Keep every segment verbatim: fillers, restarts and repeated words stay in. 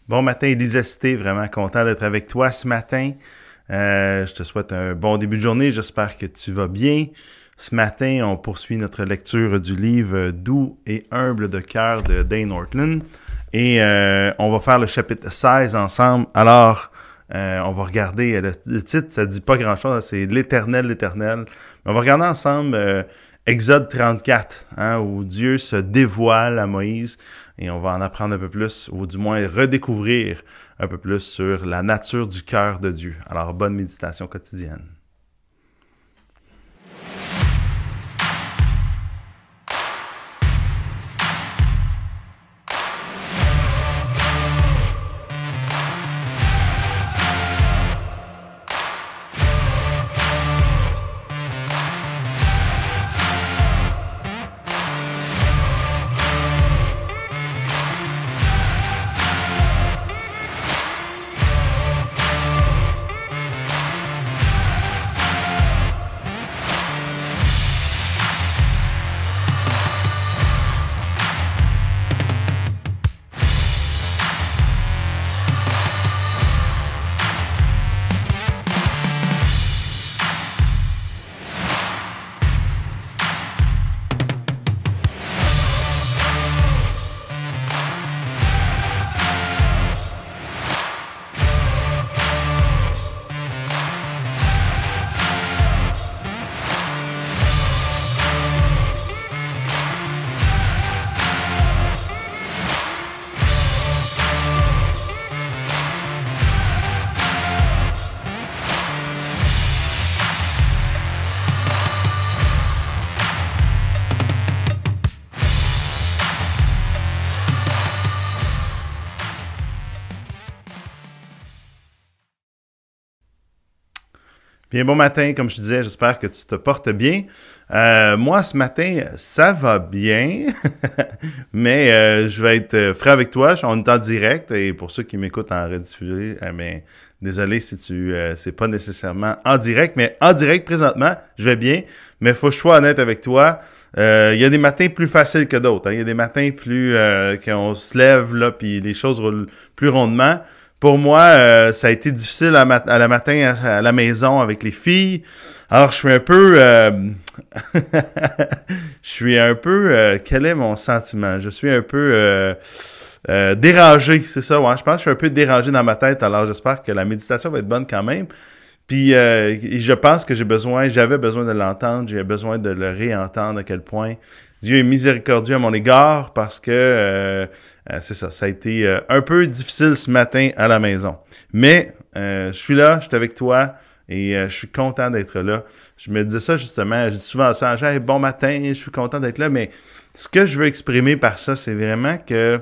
Bon matin, Élisa Cité, vraiment content d'être avec toi ce matin. Euh, je te souhaite un bon début de journée, j'espère que tu vas bien. Ce matin, on poursuit notre lecture du livre « Doux et humble de cœur » de Dane Ortlund. Et euh, on va faire le chapitre seize ensemble. Alors, euh, on va regarder, le, le titre, ça dit pas grand-chose, c'est « L'Éternel, l'Éternel ». Mais on va regarder ensemble euh, Exode trente-quatre, hein, où Dieu se dévoile à Moïse. Et on va en apprendre un peu plus, ou du moins redécouvrir un peu plus sur la nature du cœur de Dieu. Alors, bonne méditation quotidienne. Bien, bon matin, comme je disais, j'espère que tu te portes bien. Euh, moi, ce matin, ça va bien, mais euh, je vais être frais avec toi. On est en direct, et pour ceux qui m'écoutent en rediffusé, euh, ben, désolé si tu euh, c'est pas nécessairement en direct, mais en direct, présentement, je vais bien, mais il faut que je sois honnête avec toi. Euh, il y a des matins plus faciles que d'autres. Hein. Il y a des matins plus euh, qu'on se lève, là, puis les choses roulent plus rondement. Pour moi, euh, ça a été difficile à, mat- à la matin à, à la maison avec les filles. Alors, je suis un peu... Euh, je suis un peu... Euh, quel est mon sentiment? Je suis un peu euh, euh, dérangé, c'est ça. Ouais, je pense que je suis un peu dérangé dans ma tête. Alors, j'espère que la méditation va être bonne quand même. Puis, euh, je pense que j'ai besoin, j'avais besoin de l'entendre. J'ai besoin de le réentendre à quel point Dieu est miséricordieux à mon égard parce que, euh, euh, c'est ça, ça a été euh, un peu difficile ce matin à la maison. Mais euh, je suis là, je suis avec toi et euh, je suis content d'être là. Je me disais ça justement, je dis souvent ça, hey, bon matin, je suis content d'être là, mais ce que je veux exprimer par ça, c'est vraiment que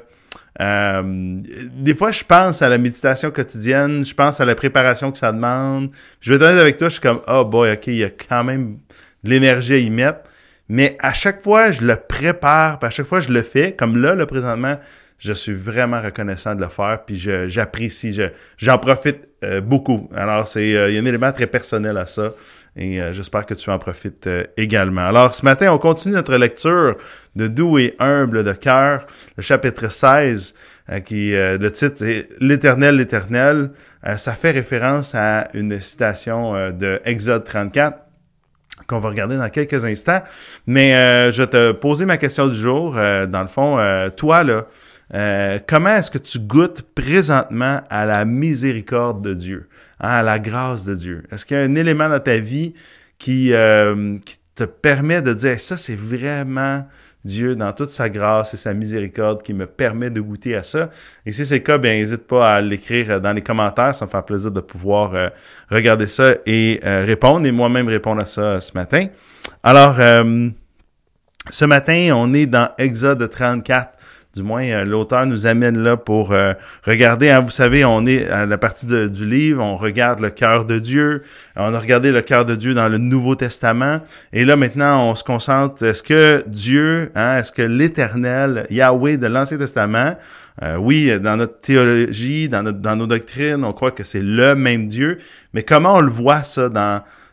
euh, des fois, je pense à la méditation quotidienne, je pense à la préparation que ça demande. Je vais être honnête avec toi, je suis comme, oh boy, ok, il y a quand même de l'énergie à y mettre. Mais à chaque fois, je le prépare, puis à chaque fois, je le fais. Comme là, là, présentement, je suis vraiment reconnaissant de le faire, puis je, j'apprécie, je, j'en profite euh, beaucoup. Alors, c'est, euh, il y a un élément très personnel à ça, et euh, j'espère que tu en profites euh, également. Alors, ce matin, on continue notre lecture de Doux et humble de cœur, le chapitre seize, euh, qui, euh, le titre, c'est « L'Éternel, l'Éternel euh, ». Ça fait référence à une citation euh, de Exode trente-quatre, qu'on va regarder dans quelques instants. Mais euh, je vais te poser ma question du jour. Euh, dans le fond, euh, toi, là, euh, comment est-ce que tu goûtes présentement à la miséricorde de Dieu, hein, à la grâce de Dieu? Est-ce qu'il y a un élément dans ta vie qui, euh, qui te permet de dire, ça, c'est vraiment Dieu dans toute sa grâce et sa miséricorde qui me permet de goûter à ça. Et si c'est le cas, bien, n'hésite pas à l'écrire dans les commentaires. Ça me fait plaisir de pouvoir euh, regarder ça et euh, répondre, et moi-même répondre à ça euh, ce matin. Alors, euh, ce matin, on est dans Exode trente-quatre. Du moins, euh, l'auteur nous amène là pour euh, regarder, hein, vous savez, on est à la partie de, du livre, on regarde le cœur de Dieu, on a regardé le cœur de Dieu dans le Nouveau Testament, et là maintenant on se concentre, est-ce que Dieu, hein, est-ce que l'Éternel, Yahweh de l'Ancien Testament, euh, oui, dans notre théologie, dans, notre, dans nos doctrines, on croit que c'est le même Dieu, mais comment on le voit ça dans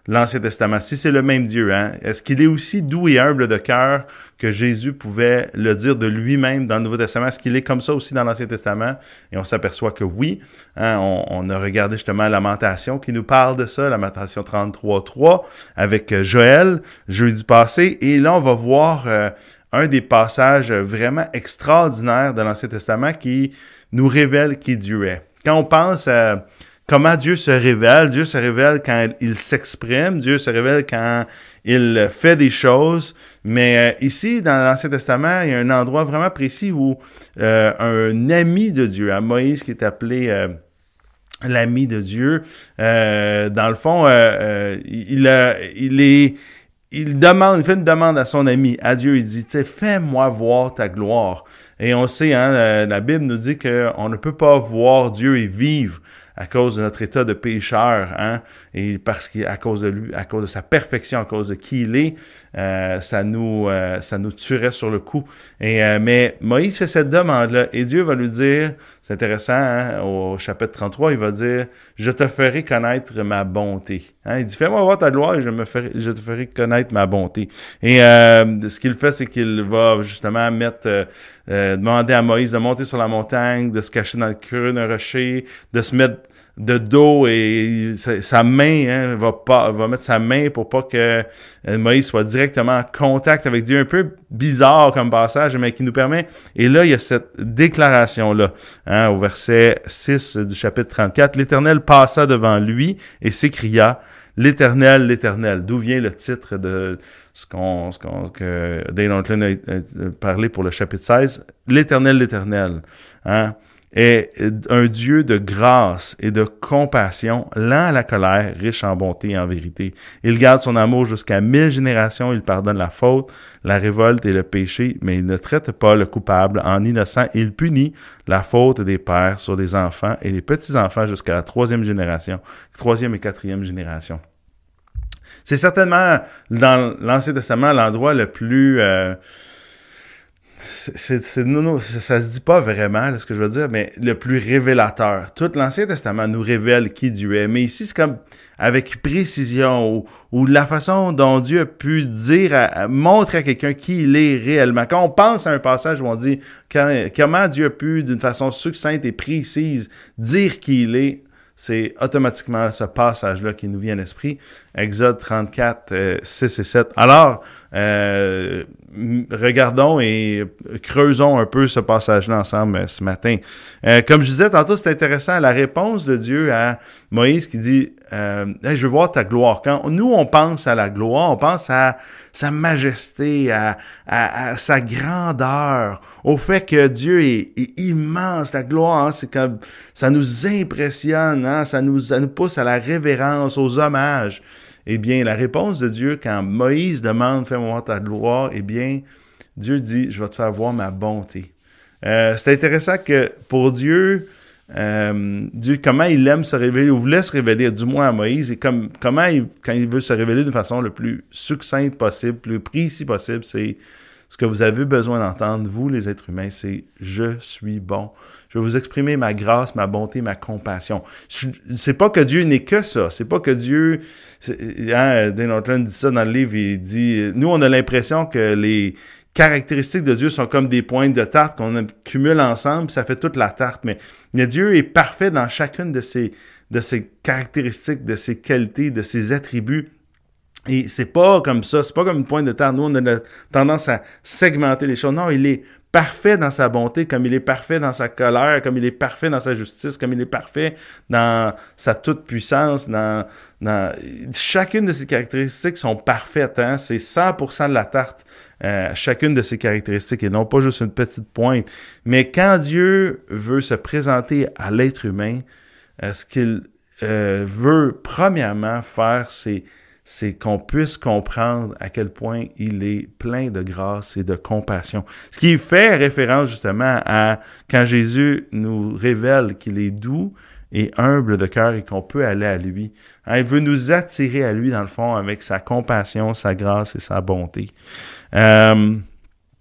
l'Ancien Testament, si c'est le même Dieu, hein, est-ce qu'il est aussi doux et humble de cœur que Jésus pouvait le dire de lui-même dans le Nouveau Testament? Est-ce qu'il est comme ça aussi dans l'Ancien Testament? Et on s'aperçoit que oui. Hein, on, on a regardé justement Lamentation qui nous parle de ça, Lamentation trente-trois trois, avec Joël, jeudi passé. Et là, on va voir euh, un des passages vraiment extraordinaires de l'Ancien Testament qui nous révèle qui Dieu est. Quand on pense à comment Dieu se révèle, Dieu se révèle quand il s'exprime, Dieu se révèle quand il fait des choses, mais euh, ici, dans l'Ancien Testament, il y a un endroit vraiment précis où euh, un ami de Dieu, hein, Moïse qui est appelé euh, l'ami de Dieu, euh, dans le fond, euh, euh, il, a, il est... Il demande, il fait une demande à son ami, à Dieu, il dit, tu sais, fais-moi voir ta gloire. Et on sait, hein, la, la Bible nous dit qu'on ne peut pas voir Dieu et vivre à cause de notre état de pécheur, hein, et parce qu'à cause de lui, à cause de sa perfection, à cause de qui il est, euh, ça nous, euh, ça nous tuerait sur le coup. Et euh, mais Moïse fait cette demande-là, et Dieu va lui dire, c'est intéressant, hein, au chapitre trente-trois, il va dire, je te ferai connaître ma bonté. Hein, il dit, fais-moi voir ta gloire, et je me ferai, je te ferai connaître ma bonté. Et euh, ce qu'il fait, c'est qu'il va justement mettre, euh, euh, demander à Moïse de monter sur la montagne, de se cacher dans le creux d'un rocher, de se mettre de dos, et sa, sa main, hein, va pas, va mettre sa main pour pas que Moïse soit directement en contact avec Dieu. Un peu bizarre comme passage, mais qui nous permet, et là, il y a cette déclaration-là, hein, au verset six du chapitre trente-quatre, l'Éternel passa devant lui et s'écria, l'Éternel, l'Éternel. D'où vient le titre de ce qu'on, ce qu'on, que Dane Ortlund a, a parlé pour le chapitre seize, l'Éternel, l'Éternel, hein, est un Dieu de grâce et de compassion, lent à la colère, riche en bonté et en vérité. Il garde son amour jusqu'à mille générations, il pardonne la faute, la révolte et le péché, mais il ne traite pas le coupable en innocent. Il punit la faute des pères sur les enfants et les petits-enfants jusqu'à la troisième génération, troisième et quatrième génération. C'est certainement, dans l'Ancien Testament, l'endroit le plus... Euh, C'est, c'est, non, non, ça, ça se dit pas vraiment, là, ce que je veux dire, mais le plus révélateur. Tout l'Ancien Testament nous révèle qui Dieu est. Mais ici, c'est comme avec précision, ou, ou la façon dont Dieu a pu dire, à, à montrer à quelqu'un qui il est réellement. Quand on pense à un passage où on dit quand, comment Dieu a pu, d'une façon succincte et précise, dire qui il est, c'est automatiquement ce passage-là qui nous vient à l'esprit. Exode trente-quatre, euh, six et sept. Alors, euh, regardons et creusons un peu ce passage-là ensemble euh, ce matin. Euh, comme je disais tantôt, c'est intéressant, la réponse de Dieu à Moïse qui dit euh, hey, « Je veux voir ta gloire ». Quand nous, on pense à la gloire, on pense à sa majesté, à, à, à sa grandeur, au fait que Dieu est, est immense. La gloire, hein, c'est comme ça nous impressionne, hein, ça nous, ça nous pousse à la révérence, aux hommages. Eh bien, la réponse de Dieu, quand Moïse demande « Fais-moi voir ta gloire », eh bien, Dieu dit « Je vais te faire voir ma bonté ». Euh, c'est intéressant que pour Dieu, euh, Dieu, comment il aime se révéler, ou voulait se révéler, du moins à Moïse, et comme, comment, il, quand il veut se révéler d'une façon le plus succincte possible, le plus précis possible, c'est ce que vous avez besoin d'entendre, vous, les êtres humains, c'est « Je suis bon ». Je vais vous exprimer ma grâce, ma bonté, ma compassion. Je, c'est pas que Dieu n'est que ça. C'est pas que Dieu... Hein, Dane Ortlund dit ça dans le livre, il dit... Nous, on a l'impression que les caractéristiques de Dieu sont comme des pointes de tarte qu'on cumule ensemble, ça fait toute la tarte. Mais, mais Dieu est parfait dans chacune de ses, de ses caractéristiques, de ses qualités, de ses attributs. Et c'est pas comme ça, c'est pas comme une pointe de tarte. Nous, on a la tendance à segmenter les choses. Non, il est parfait dans sa bonté, comme il est parfait dans sa colère, comme il est parfait dans sa justice, comme il est parfait dans sa toute-puissance, dans, dans... Chacune de ses caractéristiques sont parfaites, hein? C'est cent pour cent de la tarte, euh, chacune de ses caractéristiques, et non pas juste une petite pointe. Mais quand Dieu veut se présenter à l'être humain, euh, ce qu'il euh, veut premièrement faire, c'est c'est qu'on puisse comprendre à quel point il est plein de grâce et de compassion. Ce qui fait référence justement à quand Jésus nous révèle qu'il est doux et humble de cœur et qu'on peut aller à lui. Hein, il veut nous attirer à lui, dans le fond, avec sa compassion, sa grâce et sa bonté. Euh,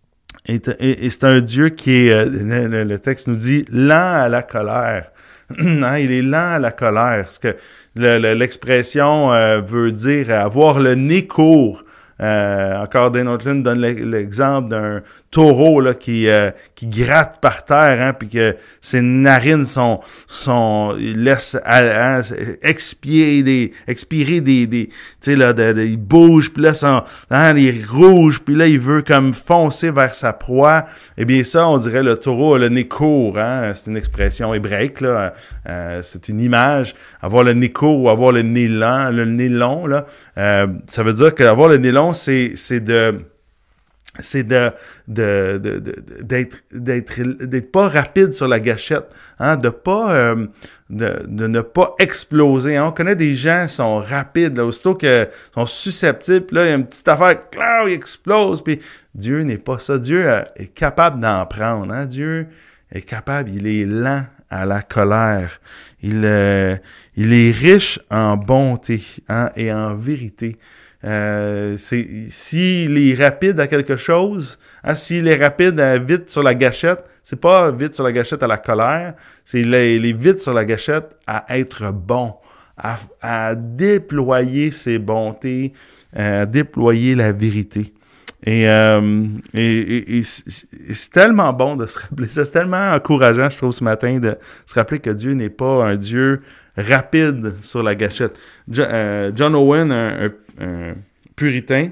Et, et, et c'est un Dieu qui est, le, le, le texte nous dit, lent à la colère. Hein, il est lent à la colère. Parce que le, le, l'expression euh, veut dire avoir le nez court. Euh, encore Dane Ortlund donne l'exemple d'un taureau là qui euh, qui gratte par terre, hein, puis que ses narines sont sont il laisse hein, expirer des expirer des des tu sais là de, de, il bouge, puis là son, hein, il est rouge, puis là il veut comme foncer vers sa proie. Eh bien ça, on dirait le taureau a le nez court, hein, c'est une expression hébraïque là, euh, c'est une image. Avoir le nez court ou avoir le nez lent, le nez long là, euh, ça veut dire qu'avoir le nez long c'est c'est de c'est de, de, de, de d'être d'être d'être pas rapide sur la gâchette, hein, de pas euh, de, de ne pas exploser. Hein. On connaît des gens qui sont rapides, là, aussitôt qu'ils sont susceptibles, là, il y a une petite affaire, clac, il explose, puis Dieu n'est pas ça. Dieu est capable d'en prendre, hein. Dieu est capable, il est lent à la colère. Il euh, il est riche en bonté, hein, et en vérité. Euh, c'est, s'il est rapide à quelque chose, hein, s'il est rapide à, vite sur la gâchette, c'est pas vite sur la gâchette à la colère, c'est il est, il est vite sur la gâchette à être bon, à, à déployer ses bontés, à déployer la vérité. Et, euh, et, et, et, c'est, et c'est tellement bon de se rappeler ça, c'est tellement encourageant, je trouve, ce matin, de se rappeler que Dieu n'est pas un Dieu rapide sur la gâchette. John, euh, John Owen, un, un, un puritain,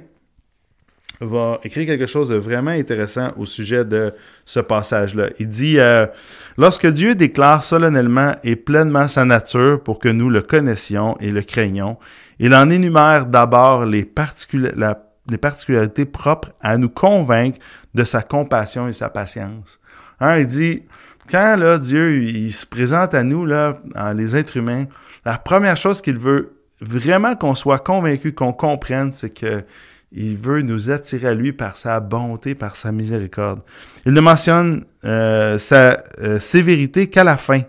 va écrire quelque chose de vraiment intéressant au sujet de ce passage-là. Il dit euh, « Lorsque Dieu déclare solennellement et pleinement sa nature pour que nous le connaissions et le craignions, il en énumère d'abord les, particula- la, les particularités propres à nous convaincre de sa compassion et sa patience. Hein, » Il dit « Quand là, Dieu il se présente à nous, là, les êtres humains, la première chose qu'il veut vraiment qu'on soit convaincu, qu'on comprenne, c'est que il veut nous attirer à lui par sa bonté, par sa miséricorde. Il ne mentionne euh, sa euh, sévérité qu'à la fin,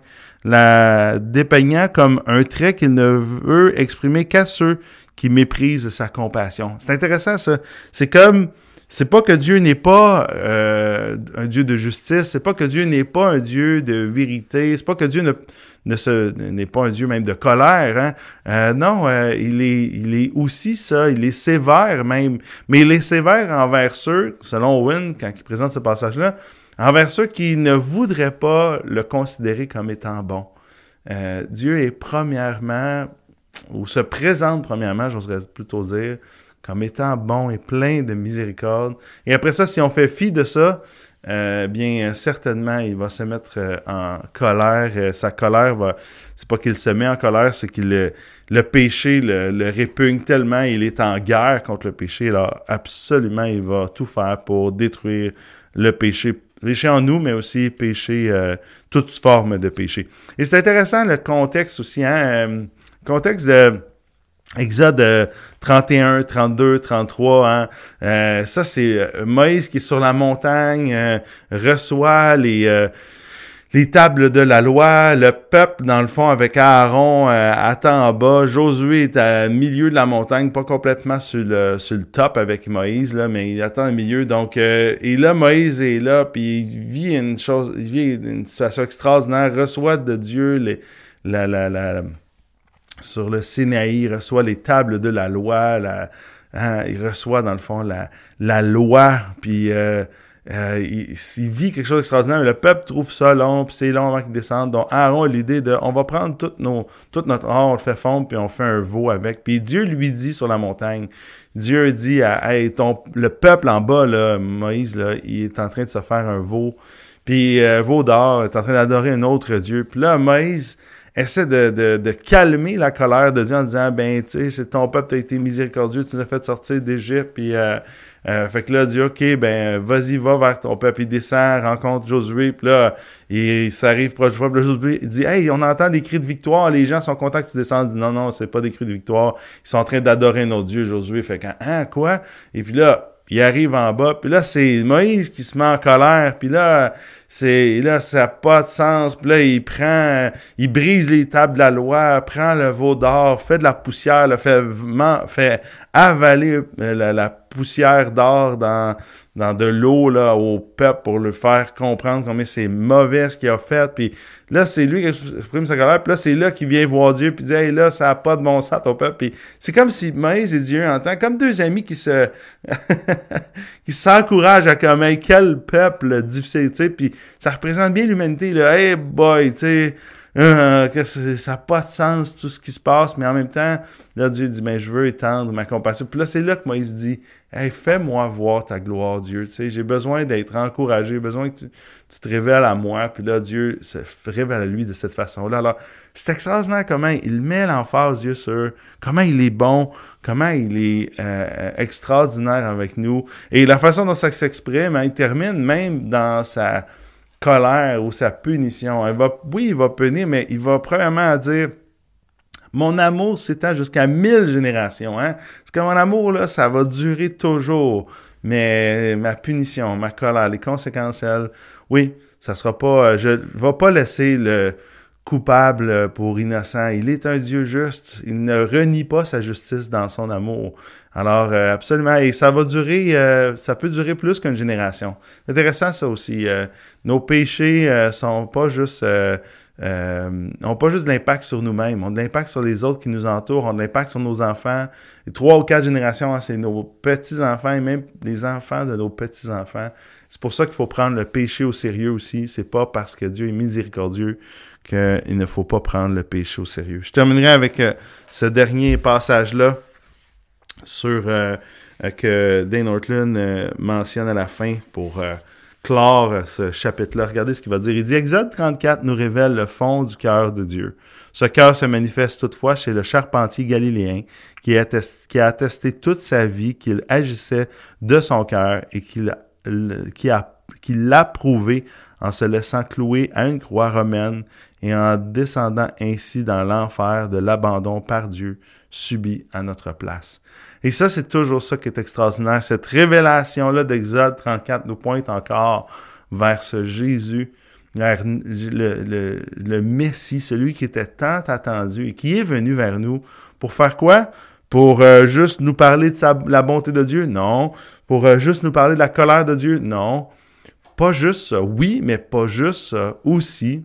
la dépeignant comme un trait qu'il ne veut exprimer qu'à ceux qui méprisent sa compassion. C'est intéressant, ça. C'est comme... C'est pas que Dieu n'est pas euh, un Dieu de justice, c'est pas que Dieu n'est pas un Dieu de vérité, c'est pas que Dieu ne, ne se, n'est pas un Dieu même de colère. Hein? Euh, non, euh, il est, il est aussi ça, il est sévère même, mais il est sévère envers ceux, selon Owen, quand il présente ce passage-là, envers ceux qui ne voudraient pas le considérer comme étant bon. Euh, Dieu est premièrement, ou se présente premièrement, j'oserais plutôt dire, comme étant bon et plein de miséricorde. Et après ça, si on fait fi de ça, euh, bien certainement, il va se mettre euh, en colère. Euh, sa colère va, c'est pas qu'il se met en colère, c'est qu'il le, le péché le, le répugne tellement, il est en guerre contre le péché. Alors absolument, il va tout faire pour détruire le péché. Péché en nous, mais aussi péché, euh, toute forme de péché. Et c'est intéressant le contexte aussi, hein, euh, contexte de Exode euh, trente et un, trente-deux, trente-trois, hein, euh, ça c'est euh, Moïse qui est sur la montagne, euh, reçoit les euh, les tables de la loi, le peuple dans le fond avec Aaron euh, attend en bas, Josué est au milieu de la montagne, pas complètement sur le sur le top avec Moïse là, mais il attend au milieu. Donc euh, et là Moïse est là, puis il vit une chose, il vit une situation extraordinaire, reçoit de Dieu les la la la, la sur le Sinaï, il reçoit les tables de la loi, la, hein, il reçoit dans le fond la, la loi, puis euh, euh, il, il vit quelque chose d'extraordinaire, mais le peuple trouve ça long, puis c'est long avant qu'il descende. Donc Aaron a l'idée de, on va prendre tout, nos, tout notre or, on le fait fondre, puis on fait un veau avec. Puis Dieu lui dit sur la montagne, Dieu dit à hey, ton, le peuple en bas, là, Moïse, là, il est en train de se faire un veau, puis euh, veau d'or, il est en train d'adorer un autre Dieu. Puis là, Moïse essaie de, de, de calmer la colère de Dieu en disant, ben, tu sais, c'est ton peuple, t'as été miséricordieux, tu nous as fait sortir d'Égypte, puis euh, euh, fait que là, Dieu, ok, ben, vas-y, va vers ton peuple, il descend, rencontre Josué, puis là, il s'arrive proche du peuple, Josué, il dit, hey, on entend des cris de victoire, les gens sont contents que tu descendes, il dit, non, non, c'est pas des cris de victoire, ils sont en train d'adorer notre Dieu, Josué, fait que, hein, quoi? Et puis là, il arrive en bas, puis là, c'est Moïse qui se met en colère, puis là, c'est là, ça n'a pas de sens, puis là, il prend, il brise les tables de la loi, prend le veau d'or, fait de la poussière, là, fait, fait avaler la, la poussière d'or dans, dans de l'eau là au peuple pour le faire comprendre combien c'est mauvais ce qu'il a fait. Puis là, c'est lui qui exprime sa colère. Puis là, c'est là qu'il vient voir Dieu puis dit « Hey, là, ça n'a pas de bon sens ton peuple. » Puis c'est comme si Moïse et Dieu entendent comme deux amis qui se qui s'encouragent à comme hey, quel peuple difficile, tu sais. Puis ça représente bien l'humanité, là. « Hey boy, tu sais... » Euh, que ça n'a pas de sens tout ce qui se passe, mais en même temps, là, Dieu dit, ben, je veux étendre ma compassion. Puis là, c'est là que Moïse dit, hey, fais-moi voir ta gloire, Dieu. Tu sais, j'ai besoin d'être encouragé, j'ai besoin que tu, tu te révèles à moi. Puis là, Dieu se révèle à lui de cette façon-là. Alors, c'est extraordinaire comment il met l'emphase, Dieu, sur comment il est bon, comment il est euh, extraordinaire avec nous. Et la façon dont ça s'exprime, hein, il termine même dans sa colère ou sa punition. Il va, oui, il va punir, mais il va premièrement dire « Mon amour s'étend jusqu'à mille générations. » Hein? Parce que mon amour, là, ça va durer toujours. Mais ma punition, ma colère, les conséquences, elles, oui, ça sera pas... Je ne vais pas laisser le coupable pour innocent. Il est un Dieu juste. Il ne renie pas sa justice dans son amour. Alors, euh, absolument. Et ça va durer, euh, ça peut durer plus qu'une génération. C'est intéressant, ça aussi. Euh, nos péchés euh, sont pas juste... Euh, euh, ont pas juste de l'impact sur nous-mêmes, ont de l'impact sur les autres qui nous entourent, ont de l'impact sur nos enfants. Et trois ou quatre générations, hein, c'est nos petits-enfants et même les enfants de nos petits-enfants. C'est pour ça qu'il faut prendre le péché au sérieux aussi. C'est pas parce que Dieu est miséricordieux qu'il ne faut pas prendre le péché au sérieux. Je terminerai avec euh, ce dernier passage-là sur euh, que Dane Ortlund euh, mentionne à la fin pour euh, clore ce chapitre-là. Regardez ce qu'il va dire. Il dit « Exode trente-quatre nous révèle le fond du cœur de Dieu. Ce cœur se manifeste toutefois chez le charpentier galiléen qui a attesté, qui a attesté toute sa vie qu'il agissait de son cœur et qu'il, qui a, qu'il l'a prouvé en se laissant clouer à une croix romaine et en descendant ainsi dans l'enfer de l'abandon par Dieu subi à notre place. » Et ça, c'est toujours ça qui est extraordinaire. Cette révélation-là d'Exode trente-quatre nous pointe encore vers ce Jésus, vers le, le, le Messie, celui qui était tant attendu et qui est venu vers nous pour faire quoi? Pour euh, juste nous parler de sa, la bonté de Dieu? Non. Pour euh, juste nous parler de la colère de Dieu? Non. Pas juste ça. Oui, mais pas juste ça. Aussi,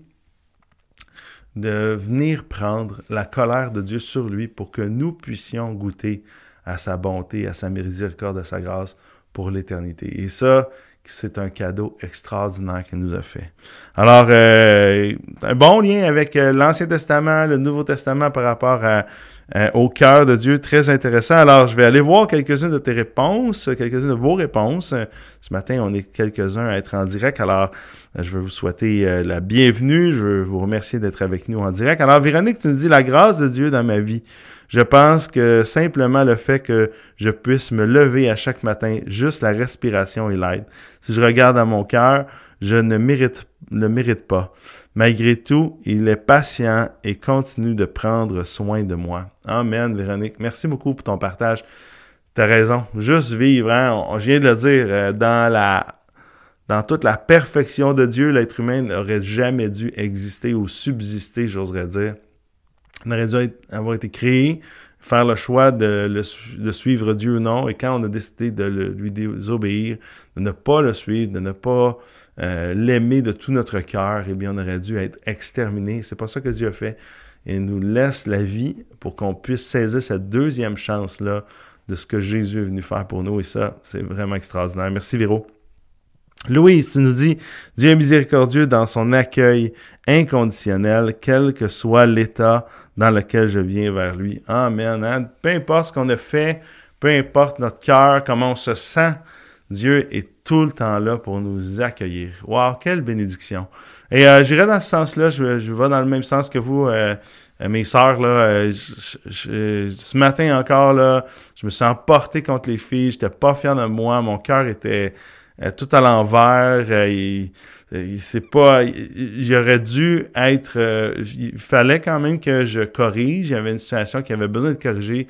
de venir prendre la colère de Dieu sur lui pour que nous puissions goûter à sa bonté, à sa miséricorde, à sa grâce pour l'éternité. Et ça, c'est un cadeau extraordinaire qu'il nous a fait. Alors, euh, un bon lien avec euh, l'Ancien Testament, le Nouveau Testament par rapport à, euh, au cœur de Dieu, très intéressant. Alors, je vais aller voir quelques-unes de tes réponses, quelques-unes de vos réponses. Ce matin, on est quelques-uns à être en direct, alors je veux vous souhaiter euh, la bienvenue. Je veux vous remercier d'être avec nous en direct. Alors, Véronique, tu nous dis « La grâce de Dieu dans ma vie. Je pense que simplement le fait que je puisse me lever à chaque matin, juste la respiration et l'aide. Si je regarde à mon cœur, je ne mérite, le mérite pas. Malgré tout, il est patient et continue de prendre soin de moi. » Amen, Véronique. Merci beaucoup pour ton partage. Tu as raison. Juste vivre, hein? On, je viens de le dire, euh, dans la... Dans toute la perfection de Dieu, l'être humain n'aurait jamais dû exister ou subsister, j'oserais dire. On aurait dû être, avoir été créé, faire le choix de, le, de suivre Dieu ou non. Et quand on a décidé de le, lui désobéir, de ne pas le suivre, de ne pas euh, l'aimer de tout notre cœur, eh bien, on aurait dû être exterminé. C'est pas ça que Dieu a fait. Il nous laisse la vie pour qu'on puisse saisir cette deuxième chance-là de ce que Jésus est venu faire pour nous. Et ça, c'est vraiment extraordinaire. Merci, Véro. Louise, tu nous dis, Dieu est miséricordieux dans son accueil inconditionnel, quel que soit l'état dans lequel je viens vers lui. Amen. Hein? Peu importe ce qu'on a fait, peu importe notre cœur, comment on se sent, Dieu est tout le temps là pour nous accueillir. Wow, quelle bénédiction. Et euh, j'irai dans ce sens-là, je, je vais dans le même sens que vous, euh, mes sœurs, là, euh, je, je, ce matin encore, là, je me suis emporté contre les filles, j'étais pas fier de moi, mon cœur était... Euh, tout à l'envers, euh, et c'est pas... J'aurais dû être... Euh, il fallait quand même que je corrige. Il y avait une situation qui avait besoin de corriger,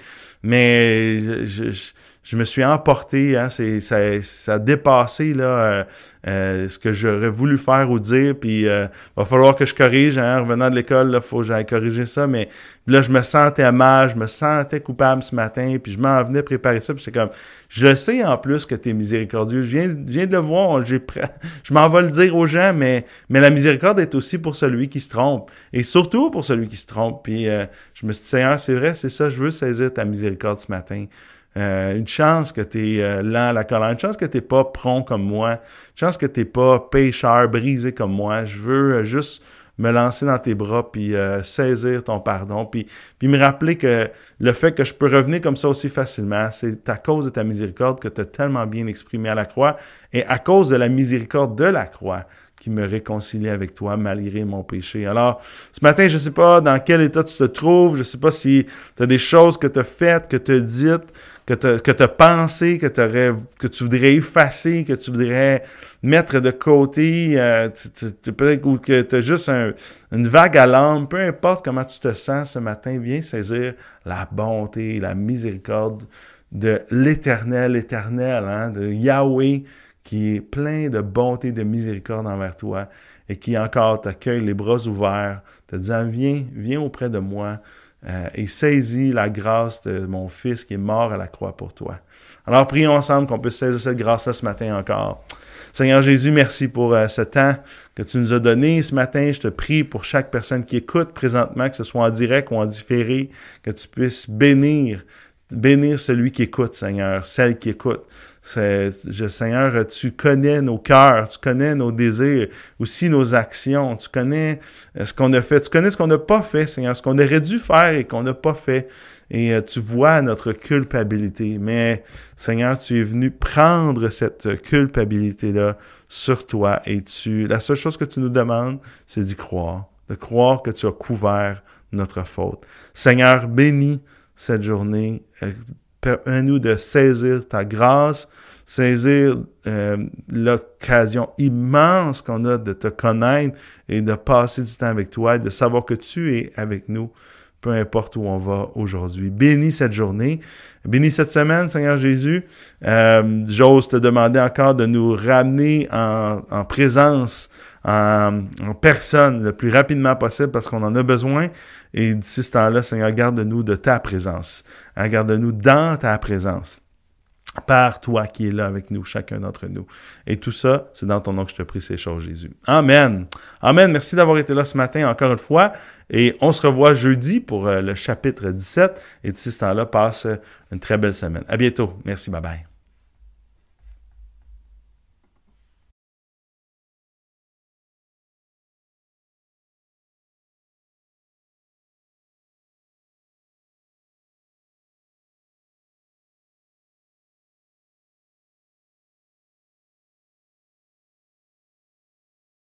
mais je... je Je me suis emporté, hein, c'est, ça, ça a dépassé là, euh, euh, ce que j'aurais voulu faire ou dire, puis euh, va falloir que je corrige, hein, en revenant de l'école, là, faut que j'aille corriger ça, mais là, je me sentais mal, je me sentais coupable ce matin, puis je m'en venais préparer ça, puis c'est comme, je le sais en plus que t'es miséricordieux, je viens, je viens de le voir, j'ai, je m'en vais le dire aux gens, mais, mais la miséricorde est aussi pour celui qui se trompe, et surtout pour celui qui se trompe, puis euh, je me suis dit, Seigneur, c'est vrai, c'est ça, je veux saisir ta miséricorde ce matin. Euh, une chance que t'es euh, lent à la colère, une chance que t'es pas prompt comme moi, une chance que t'es pas pécheur, brisé comme moi. Je veux euh, juste me lancer dans tes bras puis euh, saisir ton pardon, puis puis me rappeler que le fait que je peux revenir comme ça aussi facilement, c'est à cause de ta miséricorde que tu as tellement bien exprimé à la croix et à cause de la miséricorde de la croix qui me réconcilie avec toi malgré mon péché. Alors, ce matin, je ne sais pas dans quel état tu te trouves, je ne sais pas si tu as des choses que tu as faites, que tu as dites, que tu que as pensé, que, que tu voudrais effacer, que tu voudrais mettre de côté, euh, tu, tu, peut-être ou que tu as juste un, une vague à l'âme, peu importe comment tu te sens ce matin, viens saisir la bonté, la miséricorde de l'Éternel, éternel, hein, de Yahweh, qui est plein de bonté, de miséricorde envers toi et qui encore t'accueille les bras ouverts, te disant, viens, viens auprès de moi euh, et saisis la grâce de mon Fils qui est mort à la croix pour toi. Alors, prions ensemble qu'on puisse saisir cette grâce-là ce matin encore. Seigneur Jésus, merci pour euh, ce temps que tu nous as donné ce matin. Je te prie pour chaque personne qui écoute présentement, que ce soit en direct ou en différé, que tu puisses bénir, bénir celui qui écoute, Seigneur, celle qui écoute. C'est, je, Seigneur, tu connais nos cœurs, tu connais nos désirs, aussi nos actions, tu connais ce qu'on a fait, tu connais ce qu'on n'a pas fait, Seigneur, ce qu'on aurait dû faire et qu'on n'a pas fait. Et euh, tu vois notre culpabilité. Mais, Seigneur, tu es venu prendre cette culpabilité-là sur toi et tu, la seule chose que tu nous demandes, c'est d'y croire, de croire que tu as couvert notre faute. Seigneur, bénis cette journée. Euh, Permets-nous de saisir ta grâce, saisir euh, l'occasion immense qu'on a de te connaître et de passer du temps avec toi et de savoir que tu es avec nous, peu importe où on va aujourd'hui. Bénis cette journée, bénis cette semaine, Seigneur Jésus. Euh, j'ose te demander encore de nous ramener en, en présence, en, en personne, le plus rapidement possible parce qu'on en a besoin. Et d'ici ce temps-là, Seigneur, garde-nous de ta présence. Hein, garde-nous dans ta présence. Par toi qui es là avec nous, chacun d'entre nous. Et tout ça, c'est dans ton nom que je te prie ces choses, Jésus. Amen. Amen. Merci d'avoir été là ce matin encore une fois. Et on se revoit jeudi pour le chapitre dix-sept. Et d'ici ce temps-là, passe une très belle semaine. À bientôt. Merci. Bye bye.